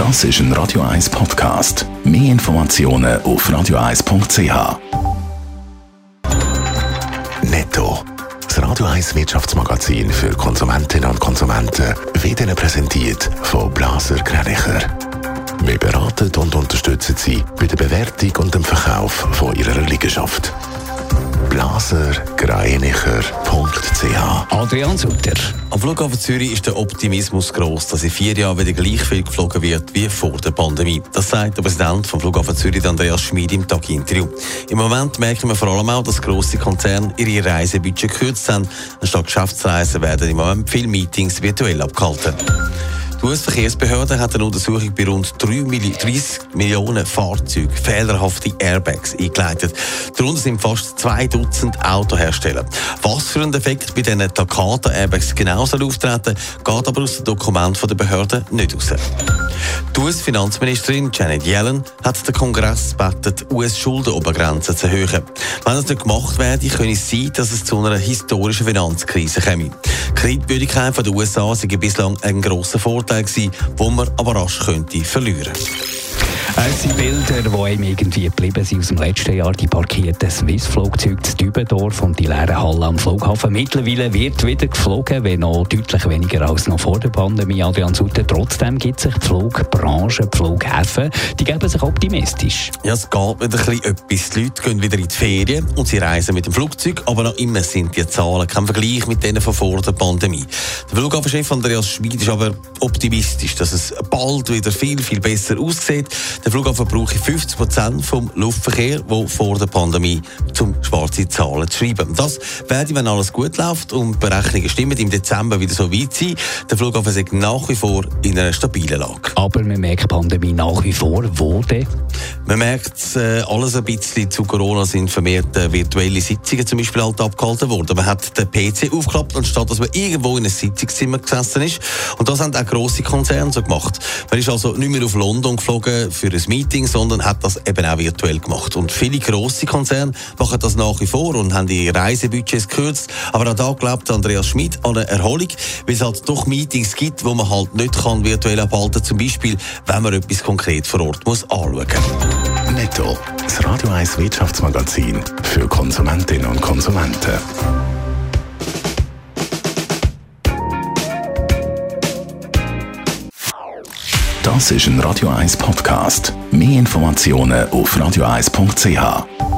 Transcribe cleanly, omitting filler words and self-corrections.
Das ist ein Radio 1 Podcast. Mehr Informationen auf radio1.ch. Netto, das Radio 1 Wirtschaftsmagazin für Konsumentinnen und Konsumenten, wird Ihnen präsentiert von Blaser Greinicher. Wir beraten und unterstützen Sie bei der Bewertung und dem Verkauf von Ihrer Liegenschaft. blasergreinicher.ch. Adrian Sutter. Am Flughafen Zürich ist der Optimismus gross, dass in 4 Jahren wieder gleich viel geflogen wird wie vor der Pandemie. Das sagt der Präsident vom Flughafen Zürich, Andreas Schmid, im Tag-Interview. Im Moment merken wir vor allem auch, dass grosse Konzerne ihre Reisebudget gekürzt haben. Anstatt Geschäftsreisen werden im Moment viele Meetings virtuell abgehalten. Die US-Verkehrsbehörde hat eine Untersuchung bei rund 30 Millionen Fahrzeugen fehlerhafte Airbags eingeleitet. Darunter sind fast 2 Dutzend Autohersteller. Was für ein Defekt bei diesen Takata-Airbags genau soll auftreten, geht aber aus dem Dokument der Behörde nicht raus. Die US-Finanzministerin Janet Yellen hat den Kongress gebeten, die US-Schuldenobergrenze zu erhöhen. Wenn das nicht gemacht werde, könnte es sein, dass es zu einer historischen Finanzkrise käme. Die Kreditwürdigkeit der USA sei bislang ein grosser Vorteil gewesen, den man aber rasch könnte verlieren. Es sind Bilder, die einem irgendwie geblieben sind aus dem letzten Jahr. Die parkierten Swiss-Flugzeuge zu Dübendorf und die leeren Hallen am Flughafen. Mittlerweile wird wieder geflogen, wenn noch deutlich weniger als noch vor der Pandemie. Adrian Sutter, trotzdem gibt sich die Flugbranche, die Flughäfen, die geben sich optimistisch. Ja, es geht wieder ein bisschen etwas. Die Leute gehen wieder in die Ferien und sie reisen mit dem Flugzeug, aber noch immer sind die Zahlen kein Vergleich mit denen von vor der Pandemie. Der Flughafenchef Andreas Schmid ist aber optimistisch, dass es bald wieder viel besser aussieht. Der Flughafen brauche 50% vom Luftverkehr, der vor der Pandemie zum schwarze Zahlen zu schreiben. Das werde, wenn alles gut läuft und Berechnungen stimmen, im Dezember wieder so weit sein. Der Flughafen ist nach wie vor in einer stabilen Lage. Aber man merkt die Pandemie nach wie vor. Wo denn? Man merkt alles ein bisschen. Zu Corona sind vermehrt virtuelle Sitzungen zum Beispiel halt abgehalten worden. Man hat den PC aufgeklappt, anstatt dass man irgendwo in einem Sitzungszimmer gesessen ist. Und das haben auch grosse Konzerne so gemacht. Man ist also nicht mehr auf London geflogen für ein Meeting, sondern hat das eben auch virtuell gemacht. Und viele grosse Konzerne machen das nach wie vor und haben die Reisebudgets gekürzt. Aber auch da glaubt Andreas Schmid an eine Erholung, weil es halt doch Meetings gibt, wo man halt nicht kann virtuell abhalten, zum Beispiel, wenn man etwas konkret vor Ort muss anschauen. Netto, das Radio 1 Wirtschaftsmagazin für Konsumentinnen und Konsumenten. Das ist ein Radio 1 Podcast. Mehr Informationen auf radio1.ch.